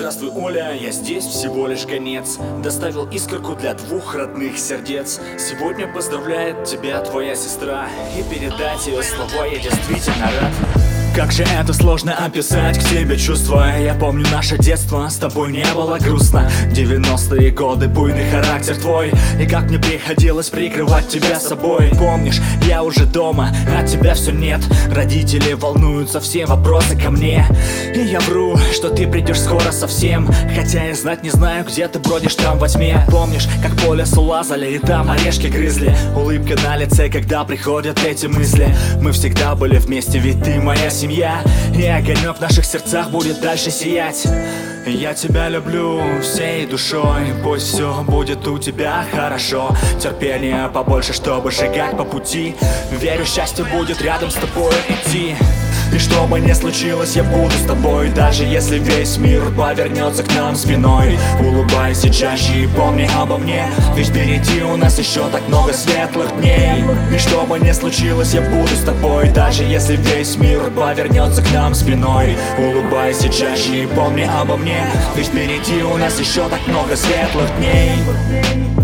Здравствуй, Оля, я здесь всего лишь гонец. Доставил искорку для двух родных сердец. Сегодня поздравляет тебя твоя сестра, и передать ее слова я действительно рад. Как же это сложно описать к тебе чувства. Я помню наше детство, с тобой не было грустно. 90-е годы, буйный характер твой, и как мне приходилось прикрывать тебя собой. Помнишь, я уже дома, от тебя все нет. Родители волнуются, все вопросы ко мне. И я вру, что ты придешь скоро совсем, хотя я знать не знаю, где ты бродишь там во тьме. Помнишь, как по лесу лазали и там орешки грызли. Улыбка на лице, когда приходят эти мысли. Мы всегда были вместе, ведь ты моя семья. И огонек в наших сердцах будет дальше сиять. Я тебя люблю всей душой, пусть все будет у тебя хорошо. Терпения побольше, чтобы шагать по пути. Верю, счастье будет рядом с тобой идти. И что бы ни случилось, я буду с тобой, даже если весь мир повернется к нам спиной. Улыбайся чаще и помни обо мне, ведь впереди у нас еще так много светлых дней. И что бы ни случилось, я буду с тобой, даже если весь мир повернется к нам спиной. Улыбайся чаще и помни обо мне, ведь впереди у нас еще так много светлых дней.